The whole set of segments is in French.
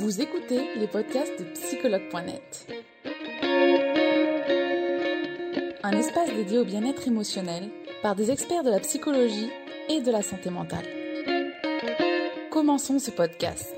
Vous écoutez les podcasts de psychologue.net. Un espace dédié au bien-être émotionnel par des experts de la psychologie et de la santé mentale. Commençons ce podcast.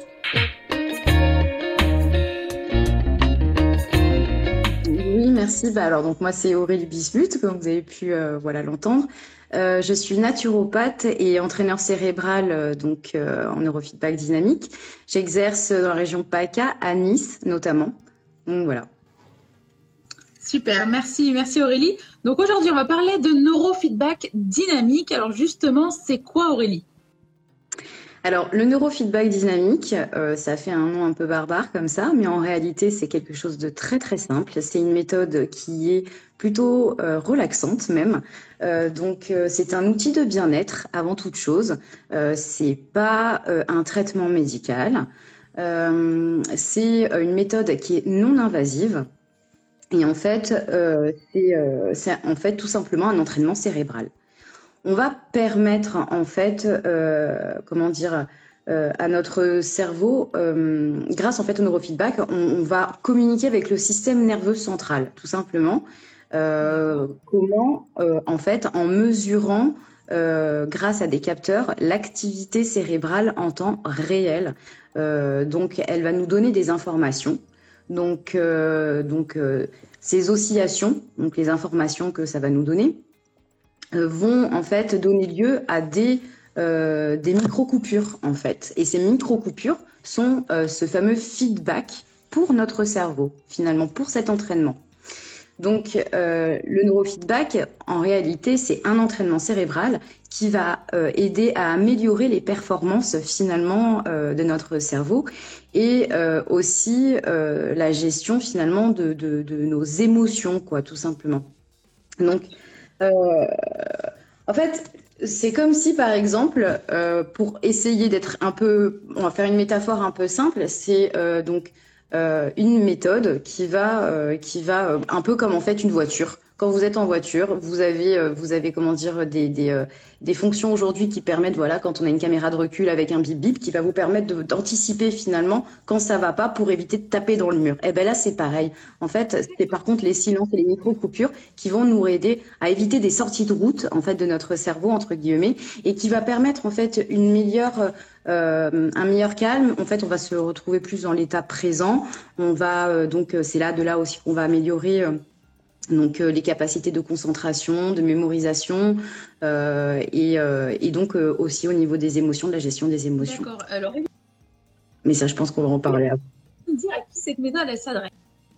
Oui, merci. Donc moi c'est Aurélie Bismuth, comme vous avez pu l'entendre. Je suis naturopathe et entraîneur cérébral en neurofeedback dynamique. J'exerce dans la région PACA, à Nice notamment. Donc voilà. Super, merci Aurélie. Donc aujourd'hui on va parler de neurofeedback dynamique. Alors justement, c'est quoi Aurélie ? Alors, le neurofeedback dynamique, ça fait un nom un peu barbare comme ça, mais en réalité, c'est quelque chose de très très simple. C'est une méthode qui est plutôt relaxante même. C'est un outil de bien-être avant toute chose. C'est pas un traitement médical. C'est une méthode qui est non invasive. Et en fait, c'est en fait tout simplement un entraînement cérébral. On va permettre en fait, à notre cerveau, grâce en fait au neurofeedback, on va communiquer avec le système nerveux central, tout simplement. En fait, en mesurant, grâce à des capteurs, l'activité cérébrale en temps réel. Donc, elle va nous donner des informations. Ces oscillations, donc les informations que ça va nous donner, vont en fait donner lieu à des micro-coupures en fait. Et ces micro-coupures sont ce fameux feedback pour notre cerveau, finalement, pour cet entraînement. Donc, le neurofeedback, en réalité, c'est un entraînement cérébral qui va aider à améliorer les performances, finalement, de notre cerveau et aussi la gestion, finalement, de nos émotions, quoi, tout simplement. Donc, en fait, c'est comme si, par exemple, pour essayer d'être un peu, on va faire une métaphore un peu simple, c'est une méthode qui va un peu comme en fait une voiture. Quand vous êtes en voiture, vous avez des fonctions aujourd'hui qui permettent, voilà, quand on a une caméra de recul avec un bip bip, qui va vous permettre d'anticiper finalement quand ça va pas pour éviter de taper dans le mur. Et ben là, c'est pareil. En fait, c'est par contre les silences et les micro-coupures qui vont nous aider à éviter des sorties de route, en fait, de notre cerveau, entre guillemets, et qui va permettre, en fait, un meilleur calme. En fait, on va se retrouver plus dans l'état présent. On va, c'est de là aussi qu'on va améliorer, les capacités de concentration, de mémorisation, aussi au niveau des émotions, de la gestion des émotions. D'accord. Alors, mais ça, je pense qu'on va en parler après. Dire à qui cette méthode elle s'adresse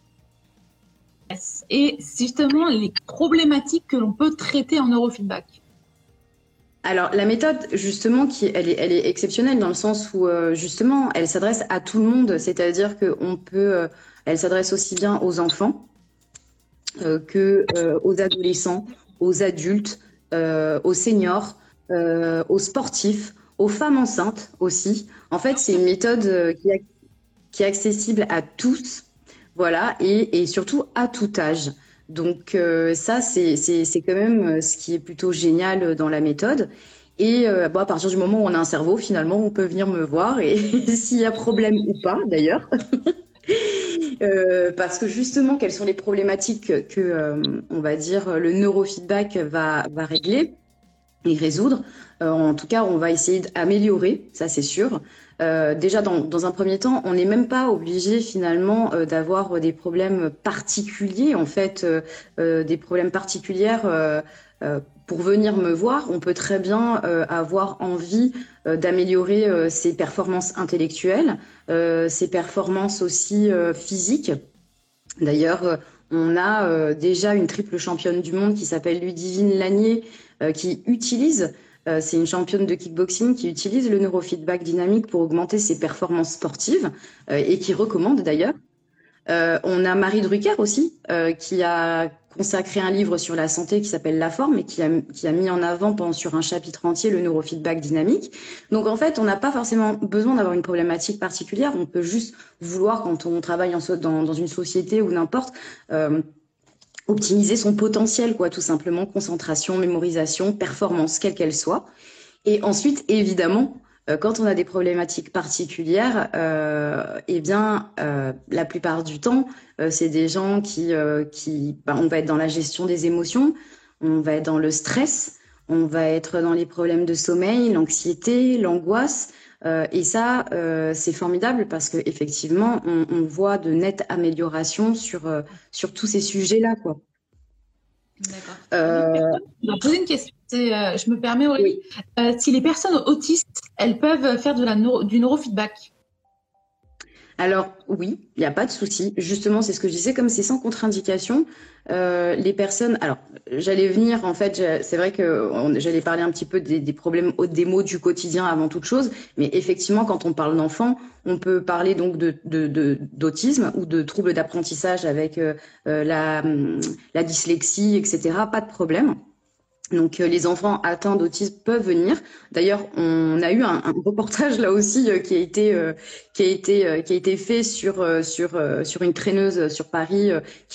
et justement les problématiques que l'on peut traiter en neurofeedback. Alors, la méthode, justement, elle est exceptionnelle dans le sens où, justement, elle s'adresse à tout le monde. C'est-à-dire elle s'adresse aussi bien aux enfants aux adolescents, aux adultes, aux seniors, aux sportifs, aux femmes enceintes aussi. En fait, c'est une méthode qui est accessible à tous, voilà, et surtout à tout âge. Donc ça, c'est quand même ce qui est plutôt génial dans la méthode. Et à partir du moment où on a un cerveau, finalement, on peut venir me voir et s'il y a problème ou pas, d'ailleurs. Parce que justement, quelles sont les problématiques que on va dire, le neurofeedback va régler et résoudre. En tout cas, on va essayer d'améliorer, ça c'est sûr. Déjà, dans un premier temps, on n'est même pas obligé finalement d'avoir des problèmes particuliers, en fait, des problèmes particuliers pour venir me voir. On peut très bien avoir envie d'améliorer ses performances intellectuelles, ses performances aussi physiques. D'ailleurs, on a déjà une triple championne du monde qui s'appelle Ludivine Lanier, qui utilise, c'est une championne de kickboxing qui utilise le neurofeedback dynamique pour augmenter ses performances sportives et qui recommande d'ailleurs. On a Marie Drucker aussi, qui a consacré un livre sur la santé qui s'appelle La Forme et qui a mis en avant sur un chapitre entier le neurofeedback dynamique. Donc en fait, on n'a pas forcément besoin d'avoir une problématique particulière. On peut juste vouloir, quand on travaille dans une société ou n'importe, optimiser son potentiel, quoi, tout simplement, concentration, mémorisation, performance, quelle qu'elle soit. Et ensuite, évidemment, Quand on a des problématiques particulières, eh bien, la plupart du temps, c'est des gens on va être dans la gestion des émotions, on va être dans le stress, on va être dans les problèmes de sommeil, l'anxiété, l'angoisse. Et ça, c'est formidable parce que effectivement, on voit de nettes améliorations sur tous ces sujets-là, quoi. D'accord. Euh, Je vais poser une question. Je me permets, Aurélie. oui. Si les personnes autistes, elles peuvent faire du neurofeedback. Alors oui, il n'y a pas de souci. Justement, c'est ce que je disais, comme c'est sans contre-indication, les personnes. Alors, j'allais venir, en fait, c'est vrai que j'allais parler un petit peu des problèmes, des maux du quotidien avant toute chose, mais effectivement, quand on parle d'enfants, on peut parler donc d'autisme ou de troubles d'apprentissage avec la dyslexie, etc. Pas de problème. Donc les enfants atteints d'autisme peuvent venir. D'ailleurs, on a eu un reportage là aussi qui a été fait sur une traîneuse sur Paris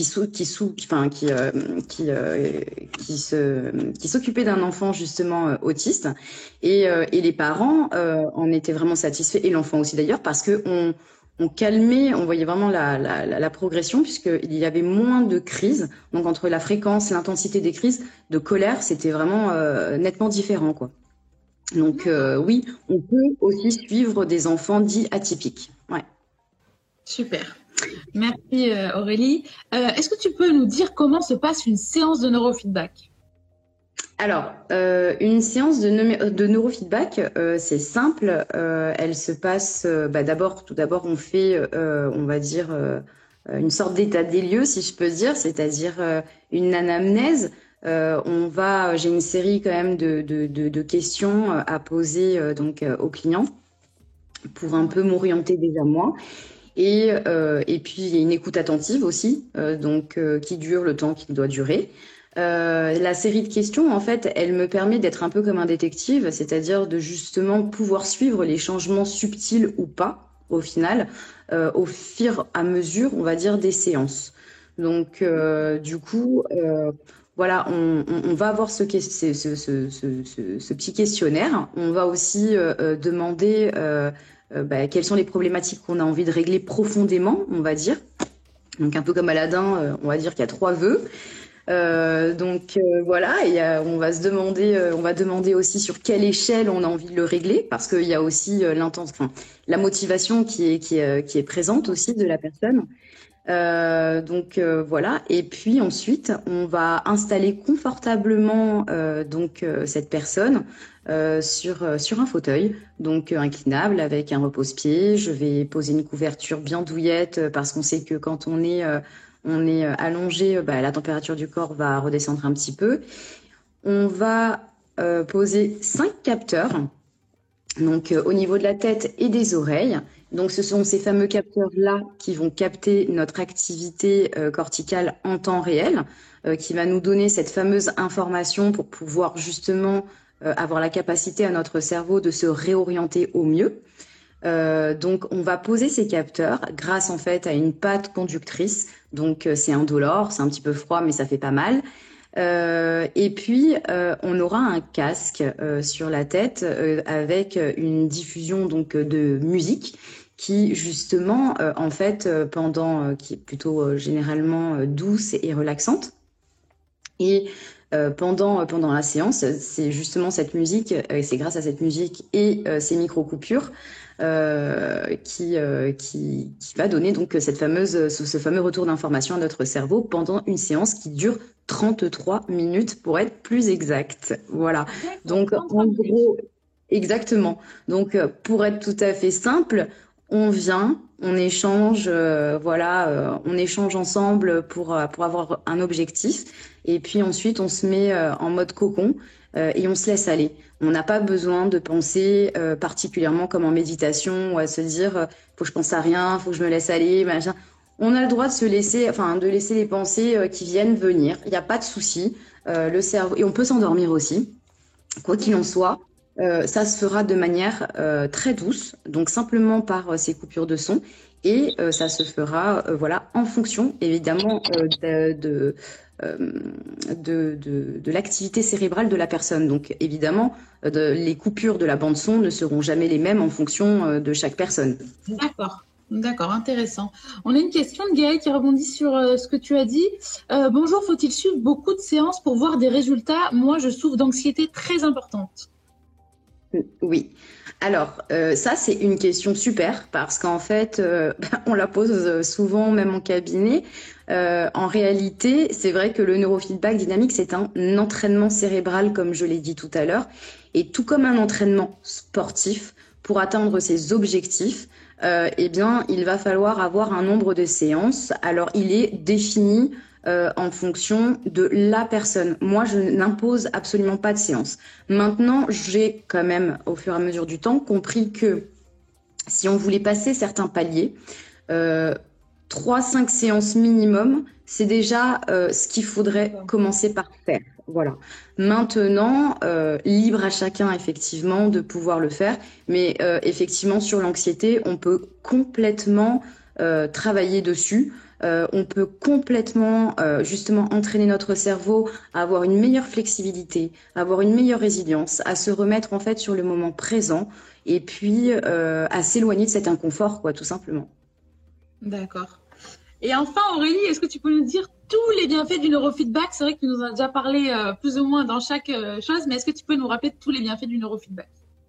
qui s'occupait d'un enfant justement autiste et les parents en étaient vraiment satisfaits et l'enfant aussi d'ailleurs parce que on calmait, on voyait vraiment la progression puisqu'il y avait moins de crises. Donc entre la fréquence, l'intensité des crises de colère, c'était vraiment nettement différent, quoi. Donc oui, on peut aussi suivre des enfants dits atypiques. Ouais. Super. Merci Aurélie. Est-ce que tu peux nous dire comment se passe une séance de neurofeedback? Alors, une séance de neurofeedback, c'est simple. Elle se passe, tout d'abord, on fait, on va dire, une sorte d'état des lieux, si je peux dire, c'est-à-dire une anamnèse. J'ai une série quand même de questions à poser aux clients pour un peu m'orienter déjà moi. Et puis, il y a une écoute attentive aussi, qui dure le temps qu'il doit durer. La série de questions, en fait, elle me permet d'être un peu comme un détective, c'est-à-dire de justement pouvoir suivre les changements subtils ou pas, au final, au fur et à mesure, on va dire, des séances. Donc, du coup, voilà, on va avoir ce petit questionnaire. On va aussi demander quelles sont les problématiques qu'on a envie de régler profondément, on va dire. Donc, un peu comme Aladdin, on va dire qu'il y a 3 vœux. Voilà, et on va demander aussi sur quelle échelle on a envie de le régler, parce qu'il y a aussi la motivation qui est présente aussi de la personne. Voilà, et puis ensuite on va installer confortablement cette personne sur un fauteuil, donc inclinable avec un repose-pied. Je vais poser une couverture bien douillette parce qu'on sait que quand on est allongé, la température du corps va redescendre un petit peu. On va poser 5 capteurs, donc au niveau de la tête et des oreilles. Donc ce sont ces fameux capteurs-là qui vont capter notre activité corticale en temps réel, qui va nous donner cette fameuse information pour pouvoir justement avoir la capacité à notre cerveau de se réorienter au mieux. Donc on va poser ces capteurs grâce en fait à une patte conductrice. Donc c'est indolore, c'est un petit peu froid mais ça fait pas mal. Et puis on aura un casque sur la tête avec une diffusion donc de musique qui justement qui est plutôt généralement douce et relaxante. Et pendant la séance, c'est justement cette musique, c'est grâce à cette musique et ces micro-coupures qui va donner donc ce fameux retour d'information à notre cerveau pendant une séance qui dure 33 minutes pour être plus exact. Voilà. Donc en gros, exactement. Donc pour être tout à fait simple, on vient, on échange, on échange ensemble pour avoir un objectif. Et puis ensuite, on se met en mode cocon et on se laisse aller. On n'a pas besoin de penser particulièrement comme en méditation ou à se dire faut que je pense à rien, faut que je me laisse aller, machin. On a le droit de laisser les pensées qui viennent venir. Il n'y a pas de souci. Le cerveau et on peut s'endormir aussi. Quoi qu'il en soit, ça se fera de manière très douce, donc simplement par ces coupures de son. et ça se fera voilà, en fonction évidemment de l'activité cérébrale de la personne. Donc évidemment, les coupures de la bande son ne seront jamais les mêmes en fonction de chaque personne. D'accord. D'accord, intéressant. On a une question de Gaël qui rebondit sur ce que tu as dit. Bonjour, faut-il suivre beaucoup de séances pour voir des résultats? Moi, je souffre d'anxiété très importante. Oui. Alors, ça, c'est une question super parce qu'en fait, on la pose souvent, même en cabinet. En réalité, c'est vrai que le neurofeedback dynamique, c'est un entraînement cérébral, comme je l'ai dit tout à l'heure. Et tout comme un entraînement sportif, pour atteindre ses objectifs, eh bien, il va falloir avoir un nombre de séances. Alors, il est défini en fonction de la personne. Moi, je n'impose absolument pas de séance. Maintenant, j'ai quand même, au fur et à mesure du temps, compris que si on voulait passer certains paliers, 3-5 séances minimum, c'est déjà ce qu'il faudrait commencer par faire. Voilà. Maintenant, libre à chacun, effectivement, de pouvoir le faire. Mais effectivement, sur l'anxiété, on peut complètement travailler dessus. On peut complètement justement entraîner notre cerveau à avoir une meilleure flexibilité, à avoir une meilleure résilience, à se remettre en fait sur le moment présent et puis à s'éloigner de cet inconfort, quoi, tout simplement. D'accord. Et enfin, Aurélie, est-ce que tu peux nous dire tous les bienfaits du neurofeedback? C'est vrai que tu nous en as déjà parlé plus ou moins dans chaque chose, mais est-ce que tu peux nous rappeler tous les bienfaits du neurofeedback?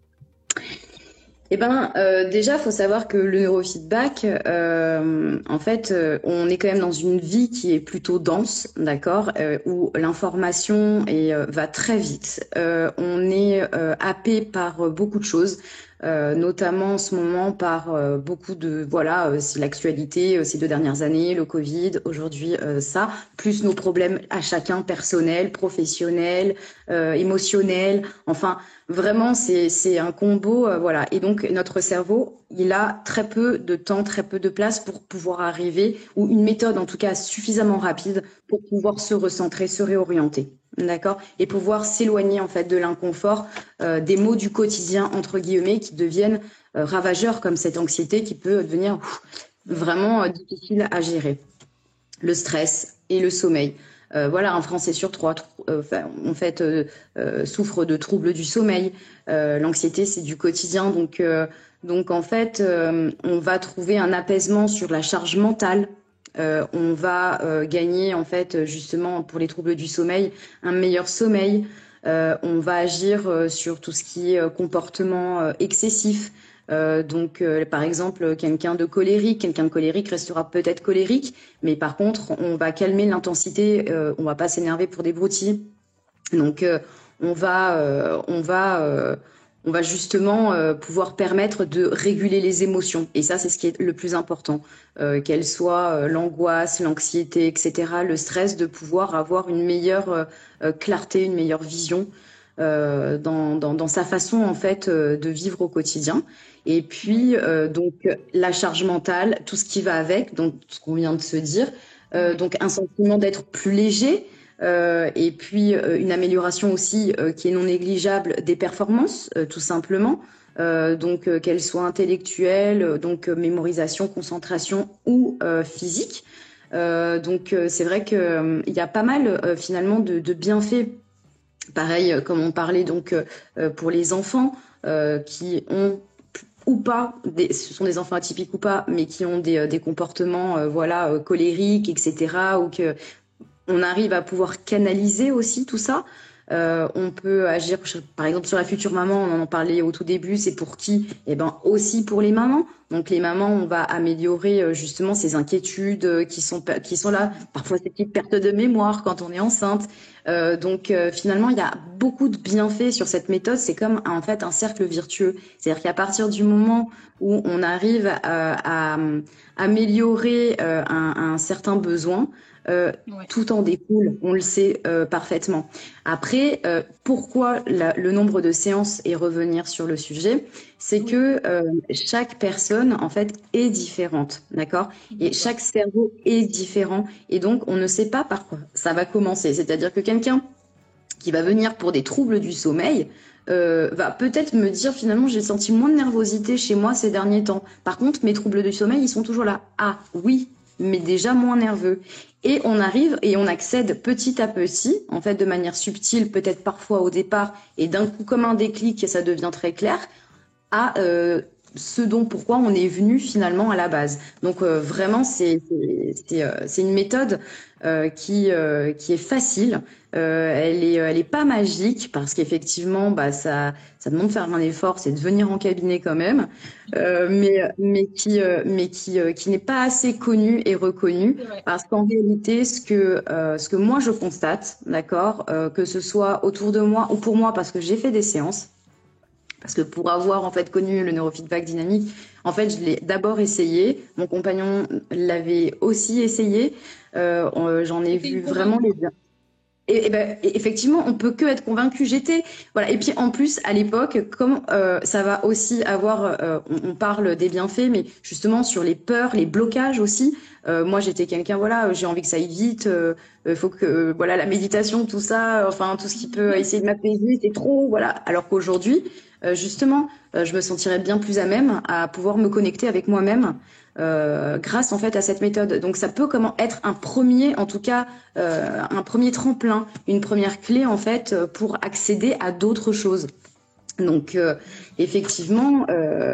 Eh ben, déjà, faut savoir que le neurofeedback, en fait, on est quand même dans une vie qui est plutôt dense, d'accord, où l'information va très vite. On est happé par beaucoup de choses. Notamment en ce moment par beaucoup de voilà, c'est l'actualité ces 2 dernières années, le Covid, aujourd'hui ça, plus nos problèmes à chacun personnels, professionnels, émotionnels. Enfin, vraiment c'est un combo voilà. Et donc notre cerveau, il a très peu de temps, très peu de place pour pouvoir arriver, ou une méthode en tout cas suffisamment rapide pour pouvoir se recentrer, se réorienter. D'accord, et pouvoir s'éloigner en fait de l'inconfort, des maux du quotidien entre guillemets qui deviennent ravageurs, comme cette anxiété qui peut devenir vraiment difficile à gérer. Le stress et le sommeil. Voilà, un Français sur 3 en fait souffre de troubles du sommeil. L'anxiété, c'est du quotidien, donc en fait, on va trouver un apaisement sur la charge mentale. On va gagner en fait justement pour les troubles du sommeil un meilleur sommeil. On va agir sur tout ce qui est comportement excessif. Donc par exemple, quelqu'un de colérique restera peut-être colérique, mais par contre, on va calmer l'intensité. On va pas s'énerver pour des broutilles. Donc on va justement pouvoir permettre de réguler les émotions. Et ça, c'est ce qui est le plus important. Qu'elle soit l'angoisse, l'anxiété, etc., le stress, de pouvoir avoir une meilleure clarté, une meilleure vision dans sa façon, en fait, de vivre au quotidien. Et puis, donc, la charge mentale, tout ce qui va avec, donc ce qu'on vient de se dire. Donc, un sentiment d'être plus léger. Et puis une amélioration aussi qui est non négligeable des performances, tout simplement. Donc qu'elles soient intellectuelles, donc mémorisation, concentration ou physique. Donc c'est vrai que il y a pas mal finalement de bienfaits. Pareil, comme on parlait donc pour les enfants qui ont ou pas, ce sont des enfants atypiques ou pas, mais qui ont des comportements voilà colériques, etc. ou que on arrive à pouvoir canaliser aussi tout ça. On peut agir, par exemple, sur la future maman, on en parlait au tout début, c'est pour qui? Eh ben, aussi pour les mamans. Donc, les mamans, on va améliorer justement ces inquiétudes qui sont là, parfois ces petites pertes de mémoire quand on est enceinte. Donc, finalement, il y a beaucoup de bienfaits sur cette méthode. C'est comme, en fait, un cercle vertueux. C'est-à-dire qu'à partir du moment où on arrive à améliorer un certain besoin, tout en découle, on le sait parfaitement. Après, pourquoi le nombre de séances et revenir sur le sujet, c'est que chaque personne, en fait, est différente, d'accord? Et chaque cerveau est différent. Et donc, on ne sait pas par quoi ça va commencer. C'est-à-dire que quelqu'un qui va venir pour des troubles du sommeil, va peut-être me dire finalement j'ai senti moins de nervosité chez moi ces derniers temps. Par contre, mes troubles du sommeil, ils sont toujours là. Ah oui, mais déjà moins nerveux. Et on arrive et on accède petit à petit, en fait de manière subtile, peut-être parfois au départ, et d'un coup comme un déclic, ça devient très clair, à ce dont pourquoi on est venu finalement à la base. Donc vraiment, c'est une méthode qui est facile. Elle est pas magique parce qu'effectivement, bah, ça demande de faire un effort, c'est de venir en cabinet quand même, qui n'est pas assez connu et reconnu parce qu'en réalité, ce que moi je constate, d'accord, que ce soit autour de moi ou pour moi parce que j'ai fait des séances. Parce que pour avoir en fait connu le neurofeedback dynamique, en fait, je l'ai d'abord essayé. Mon compagnon l'avait aussi essayé. J'en ai vu vraiment les biens. Et effectivement, on peut que être convaincu. Voilà. Et puis en plus, à l'époque, comme ça va aussi avoir, on parle des bienfaits, mais justement sur les peurs, les blocages aussi. Moi, j'étais quelqu'un, voilà, j'ai envie que ça aille vite. Faut que, voilà, la méditation, tout ça, enfin tout ce qui peut essayer de m'apaiser, c'est trop, voilà. Alors qu'aujourd'hui, justement, je me sentirais bien plus à même à pouvoir me connecter avec moi-même. Grâce en fait à cette méthode. Donc ça peut comment être un premier, en tout cas un premier tremplin, une première clé en fait pour accéder à d'autres choses. Donc effectivement,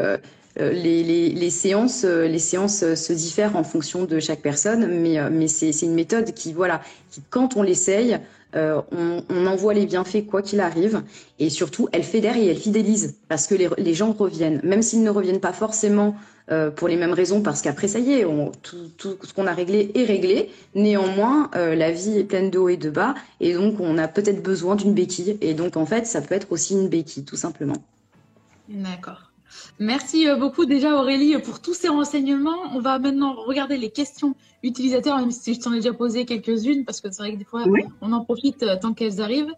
les séances se diffèrent en fonction de chaque personne, mais c'est une méthode qui voilà, qui quand on l'essaye, on en voit les bienfaits quoi qu'il arrive, et surtout elle fédère et elle fidélise parce que les gens reviennent, même s'ils ne reviennent pas forcément pour les mêmes raisons, parce qu'après ça y est, tout ce qu'on a réglé est réglé. Néanmoins, la vie est pleine de hauts et de bas, et donc on a peut-être besoin d'une béquille, et donc en fait ça peut être aussi une béquille tout simplement. D'accord. Merci beaucoup déjà Aurélie pour tous ces renseignements. On va maintenant regarder les questions utilisateurs, même si je t'en ai déjà posé quelques-unes, parce que c'est vrai que des fois, oui, on en profite tant qu'elles arrivent.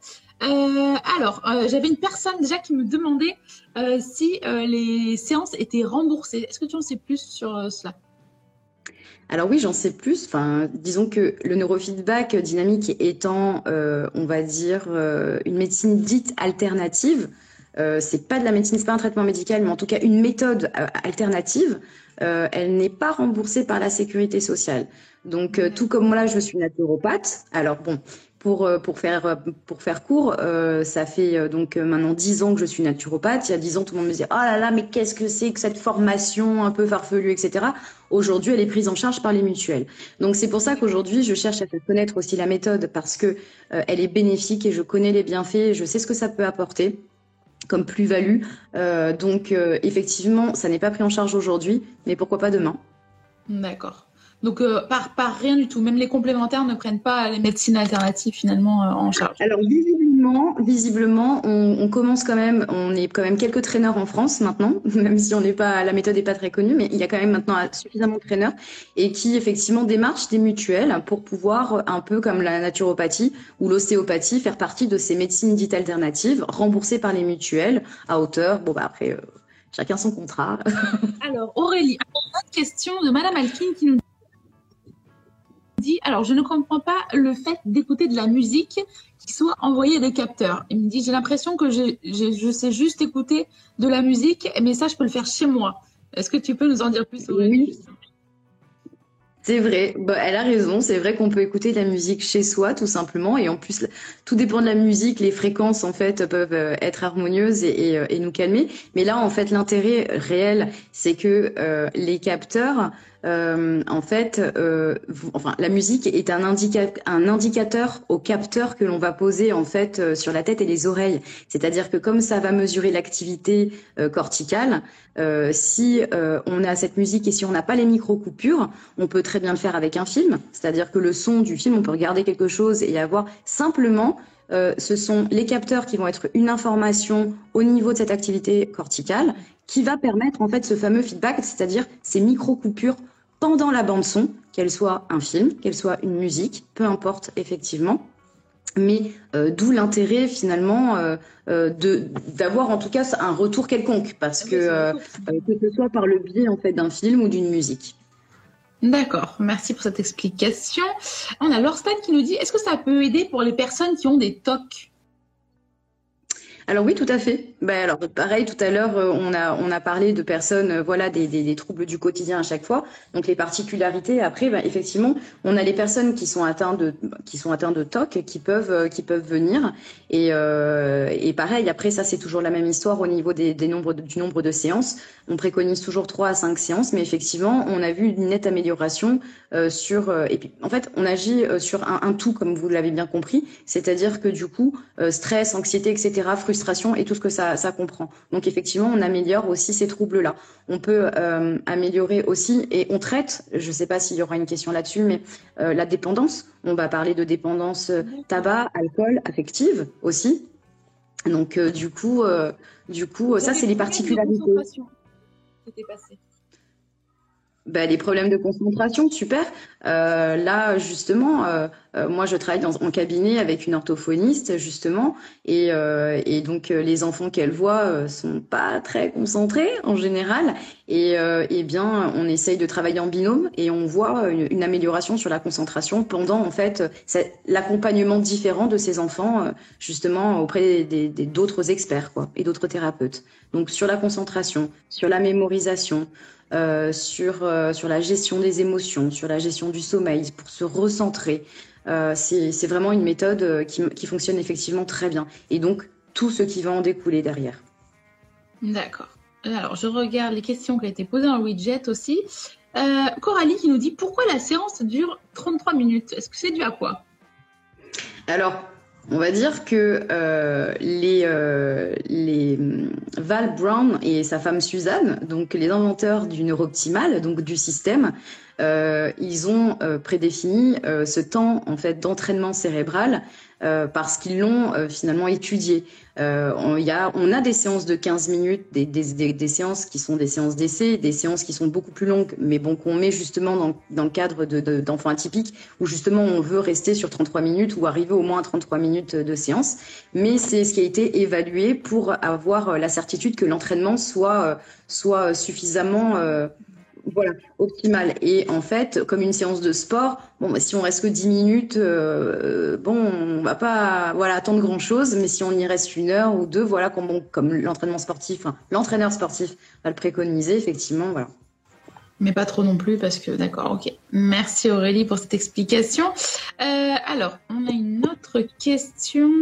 J'avais une personne déjà qui me demandait si les séances étaient remboursées. Est-ce que tu en sais plus sur cela ? Alors oui, j'en sais plus. Enfin, disons que le neurofeedback dynamique étant, on va dire, une médecine dite alternative, c'est pas de la médecine, c'est pas un traitement médical, mais en tout cas une méthode alternative. Elle n'est pas remboursée par la sécurité sociale. Donc, tout comme moi là, je suis naturopathe. Alors bon, pour faire court, ça fait donc maintenant 10 ans que je suis naturopathe. Il y a 10 ans, tout le monde me disait oh là là, mais qu'est-ce que c'est que cette formation un peu farfelue, etc. Aujourd'hui, elle est prise en charge par les mutuelles. Donc c'est pour ça qu'aujourd'hui, je cherche à faire connaître aussi la méthode parce que elle est bénéfique et je connais les bienfaits, je sais ce que ça peut apporter comme plus-value. Donc effectivement, ça n'est pas pris en charge aujourd'hui, mais pourquoi pas demain. D'accord. Donc par rien du tout, même les complémentaires ne prennent pas les médecines alternatives finalement en charge. Alors visiblement, on commence quand même, on est quand même quelques traîneurs en France maintenant, même si on n'est pas, la méthode n'est pas très connue, mais il y a quand même maintenant suffisamment de traîneurs et qui effectivement démarchent des mutuelles pour pouvoir un peu comme la naturopathie ou l'ostéopathie faire partie de ces médecines dites alternatives remboursées par les mutuelles à hauteur. Bon bah après chacun son contrat. Alors Aurélie, une autre question de Madame Alkin qui nous dit alors je ne comprends pas le fait d'écouter de la musique qui soit envoyée des capteurs. Il me dit j'ai l'impression que je sais juste écouter de la musique, mais ça je peux le faire chez moi. Est-ce que tu peux nous en dire plus, Aurélie? Oui. C'est vrai, bah, elle a raison, c'est vrai qu'on peut écouter de la musique chez soi tout simplement et en plus tout dépend de la musique, les fréquences en fait peuvent être harmonieuses et nous calmer, mais là en fait l'intérêt réel c'est que les capteurs en fait enfin la musique est un indicateur au capteur que l'on va poser en fait sur la tête et les oreilles, c'est-à-dire que comme ça va mesurer l'activité corticale, si on a cette musique et si on n'a pas les micro-coupures, on peut très bien le faire avec un film, c'est-à-dire que le son du film, on peut regarder quelque chose et avoir simplement, ce sont les capteurs qui vont être une information au niveau de cette activité corticale qui va permettre en fait ce fameux feedback, c'est-à-dire ces micro-coupures pendant la bande-son, qu'elle soit un film, qu'elle soit une musique, peu importe effectivement. Mais d'où l'intérêt finalement d'avoir en tout cas un retour quelconque, parce que ce soit par le biais en fait d'un film ou d'une musique. D'accord, merci pour cette explication. On a Lorstad qui nous dit est-ce que ça peut aider pour les personnes qui ont des TOC ? Alors oui, tout à fait. Ben alors pareil, tout à l'heure, on a parlé de personnes, voilà, des troubles du quotidien à chaque fois. Donc les particularités. Après, ben, effectivement, on a les personnes qui sont atteintes de TOC qui peuvent venir. Et pareil, après ça, c'est toujours la même histoire au niveau du nombre de séances. On préconise toujours 3 à 5 séances, mais effectivement, on a vu une nette amélioration et puis en fait, on agit sur un tout, comme vous l'avez bien compris. C'est-à-dire que du coup, stress, anxiété, etc., frustration et tout ce que ça comprend. Donc effectivement, on améliore aussi ces troubles-là. On peut améliorer aussi, et on traite, je ne sais pas s'il y aura une question là-dessus, mais la dépendance. On va parler de dépendance tabac, alcool, affective aussi. Donc ça, c'est les particularités. C'était passé. Ben, les problèmes de concentration, super. Là, justement, moi, je travaille en cabinet avec une orthophoniste, justement, et donc les enfants qu'elle voit sont pas très concentrés en général, et bien, on essaye de travailler en binôme et on voit une amélioration sur la concentration pendant, en fait, l'accompagnement différent de ces enfants, justement, auprès d'autres experts, quoi, et d'autres thérapeutes. Donc, sur la concentration, sur la mémorisation. Sur la gestion des émotions, sur la gestion du sommeil, pour se recentrer. C'est vraiment une méthode qui fonctionne effectivement très bien. Et donc, tout ce qui va en découler derrière. D'accord. Alors, je regarde les questions qui ont été posées dans le widget aussi. Coralie qui nous dit pourquoi la séance dure 33 minutes. Est-ce que c'est dû à quoi? Alors, on va dire que les Val Brown et sa femme Suzanne, donc les inventeurs du neurooptimal, donc du système, ils ont prédéfini ce temps en fait d'entraînement cérébral parce qu'ils l'ont finalement étudié. On a des séances de 15 minutes, des séances qui sont des séances d'essai, des séances qui sont beaucoup plus longues, mais bon, qu'on met justement dans le cadre d'enfants atypiques, où justement on veut rester sur 33 minutes ou arriver au moins à 33 minutes de séance. Mais c'est ce qui a été évalué pour avoir la certitude que l'entraînement soit suffisamment optimal. Et en fait, comme une séance de sport, si on reste que 10 minutes, on va pas attendre grand chose, mais si on y reste 1 heure ou 2, comme l'entraînement sportif, l'entraîneur sportif va le préconiser, effectivement, voilà. Mais pas trop non plus parce que, d'accord, ok. Merci Aurélie pour cette explication. Alors, on a une autre question.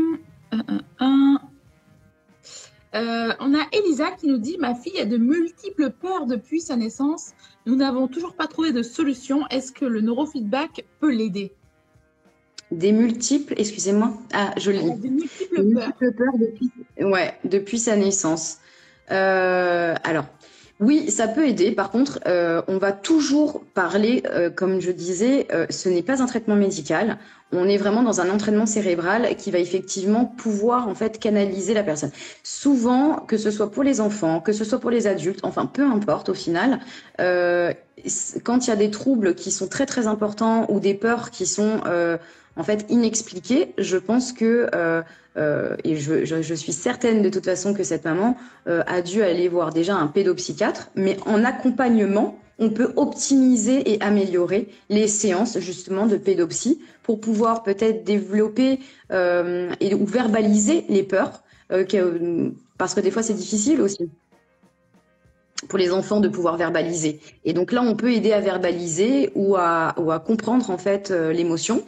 On a Elisa qui nous dit « Ma fille a de multiples peurs depuis sa naissance. Nous n'avons toujours pas trouvé de solution. Est-ce que le neurofeedback peut l'aider ?» Des multiples, excusez-moi. Ah, je lis. Des multiples peurs depuis sa naissance. Alors, oui, ça peut aider. Par contre, on va toujours parler, comme je disais, ce n'est pas un traitement médical. On est vraiment dans un entraînement cérébral qui va effectivement pouvoir en fait canaliser la personne. Souvent, que ce soit pour les enfants, que ce soit pour les adultes, enfin peu importe au final, quand il y a des troubles qui sont très très importants ou des peurs qui sont en fait inexpliquées, je pense que et je suis certaine de toute façon que cette maman a dû aller voir déjà un pédopsychiatre, mais en accompagnement, on peut optimiser et améliorer les séances justement de pédopsie pour pouvoir peut-être développer ou verbaliser les peurs, parce que des fois c'est difficile aussi pour les enfants de pouvoir verbaliser. Et donc là, on peut aider à verbaliser ou à comprendre en fait l'émotion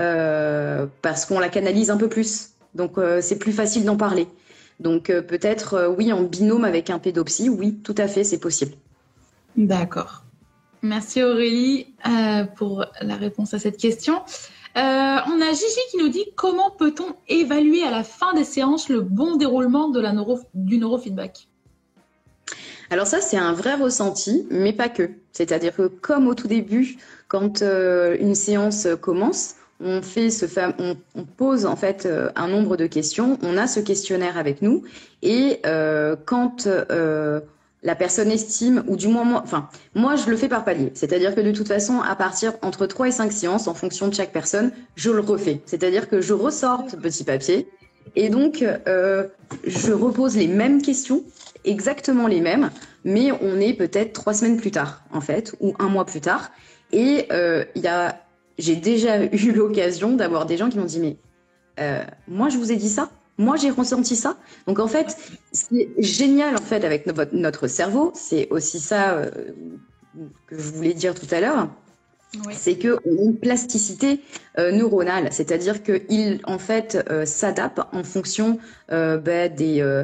parce qu'on la canalise un peu plus. Donc c'est plus facile d'en parler. Donc peut-être oui, en binôme avec un pédopsie, oui, tout à fait, c'est possible. D'accord. Merci Aurélie pour la réponse à cette question. On a Gigi qui nous dit comment peut-on évaluer à la fin des séances le bon déroulement du neurofeedback? Alors ça, c'est un vrai ressenti, mais pas que. C'est-à-dire que comme au tout début, quand une séance commence, on pose en fait un nombre de questions, on a ce questionnaire avec nous, et quand la personne estime, ou du moins moi je le fais par palier, c'est-à-dire que de toute façon à partir entre 3 et 5 séances en fonction de chaque personne, je le refais, c'est-à-dire que je ressors ce petit papier et donc je repose les mêmes questions, exactement les mêmes, mais on est peut-être 3 semaines plus tard en fait, ou 1 mois plus tard, et j'ai déjà eu l'occasion d'avoir des gens qui m'ont dit mais moi je vous ai dit ça, moi j'ai ressenti ça. Donc en fait, ce qui est génial en fait avec notre cerveau, c'est aussi ça que je voulais dire tout à l'heure. Oui. C'est qu'on a une plasticité neuronale, c'est-à-dire qu'il en fait s'adapte en fonction des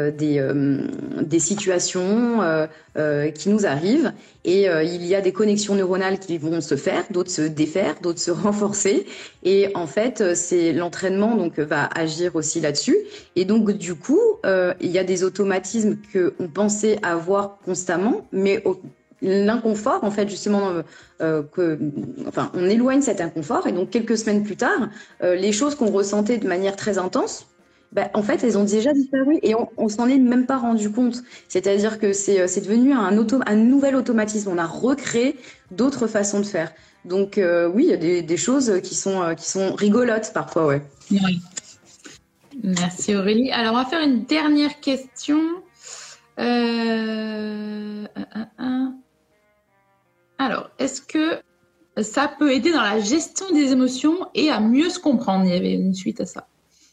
situations qui nous arrivent, et il y a des connexions neuronales qui vont se faire, d'autres se défaire, d'autres se renforcer, et en fait c'est l'entraînement donc va agir aussi là-dessus, et donc du coup il y a des automatismes que on pensait avoir constamment, mais l'inconfort, en fait, justement, on éloigne cet inconfort, et donc quelques semaines plus tard, les choses qu'on ressentait de manière très intense, en fait, elles ont déjà disparu et on s'en est même pas rendu compte. C'est-à-dire que c'est devenu un nouvel automatisme. On a recréé d'autres façons de faire. Donc oui, il y a des choses qui sont rigolotes parfois, ouais. Oui. Merci Aurélie. Alors, on va faire une dernière question. Alors, est-ce que ça peut aider dans la gestion des émotions et à mieux se comprendre? Il y avait une suite à ça.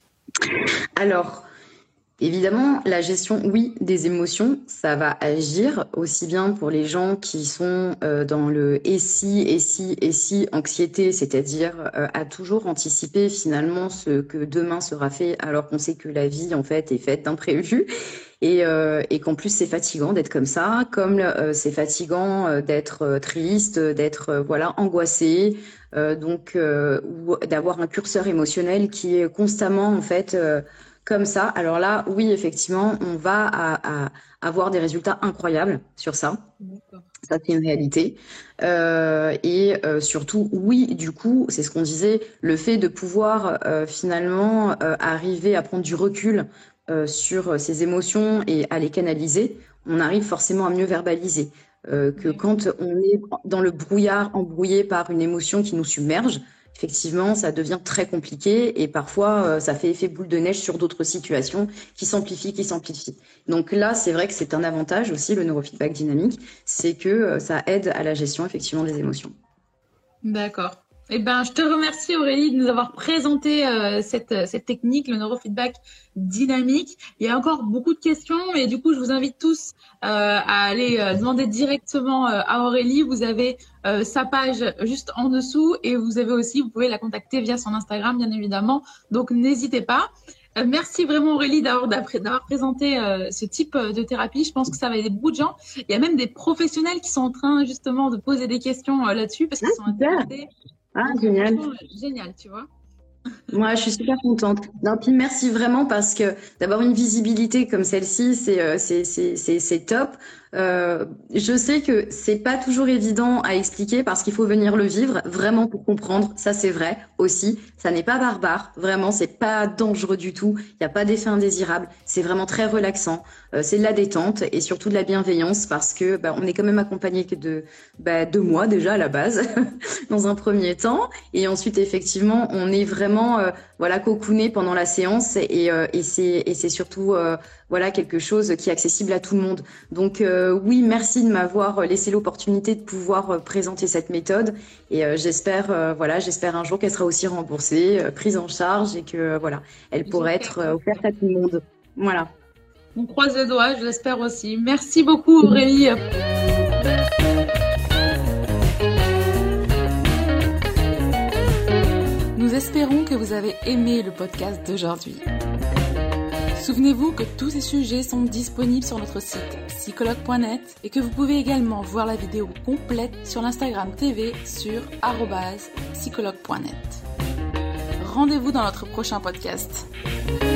Alors, évidemment, la gestion, oui, des émotions, ça va agir aussi bien pour les gens qui sont dans le et si, anxiété, c'est-à-dire à toujours anticiper finalement ce que demain sera fait, alors qu'on sait que la vie, en fait, est faite d'imprévus. Et qu'en plus c'est fatigant d'être comme ça, comme c'est fatigant d'être triste, d'être angoissé, ou d'avoir un curseur émotionnel qui est constamment en fait comme ça. Alors là, oui, effectivement, on va avoir des résultats incroyables sur ça. D'accord. Ça, c'est une réalité. Et surtout, oui, du coup, c'est ce qu'on disait, le fait de pouvoir finalement arriver à prendre du recul sur ces émotions et à les canaliser, on arrive forcément à mieux verbaliser. Que quand on est dans le brouillard, embrouillé par une émotion qui nous submerge, effectivement, ça devient très compliqué et parfois, ça fait effet boule de neige sur d'autres situations qui s'amplifient. Donc là, c'est vrai que c'est un avantage aussi, le neurofeedback dynamique, c'est que ça aide à la gestion effectivement des émotions. D'accord. Eh ben, je te remercie Aurélie de nous avoir présenté cette technique, le neurofeedback dynamique. Il y a encore beaucoup de questions et du coup, je vous invite tous à aller demander directement à Aurélie. Vous avez sa page juste en dessous et vous pouvez la contacter via son Instagram, bien évidemment. Donc, n'hésitez pas. Merci vraiment Aurélie d'avoir présenté ce type de thérapie. Je pense que ça va aider beaucoup de gens. Il y a même des professionnels qui sont en train justement de poser des questions là-dessus parce qu'ils sont intéressés. Ah, génial. Génial, tu vois. Moi, je suis super contente. Non, puis merci vraiment parce que d'avoir une visibilité comme celle-ci, c'est top. Je sais que c'est pas toujours évident à expliquer parce qu'il faut venir le vivre vraiment pour comprendre. Ça, c'est vrai aussi. Ça n'est pas barbare. Vraiment, c'est pas dangereux du tout. Il n'y a pas d'effet indésirable. C'est vraiment très relaxant. C'est de la détente et surtout de la bienveillance parce que on est quand même accompagné que de moi déjà à la base dans un premier temps et ensuite effectivement on est vraiment cocooné pendant la séance et c'est surtout quelque chose qui est accessible à tout le monde. Donc oui, merci de m'avoir laissé l'opportunité de pouvoir présenter cette méthode et j'espère un jour qu'elle sera aussi remboursée, prise en charge et que elle pourra être offerte à tout le monde. Voilà. On croise les doigts, je l'espère aussi. Merci beaucoup Aurélie. Nous espérons que vous avez aimé le podcast d'aujourd'hui. Souvenez-vous que tous ces sujets sont disponibles sur notre site psychologue.net et que vous pouvez également voir la vidéo complète sur l'Instagram TV sur @psychologue.net. Rendez-vous dans notre prochain podcast.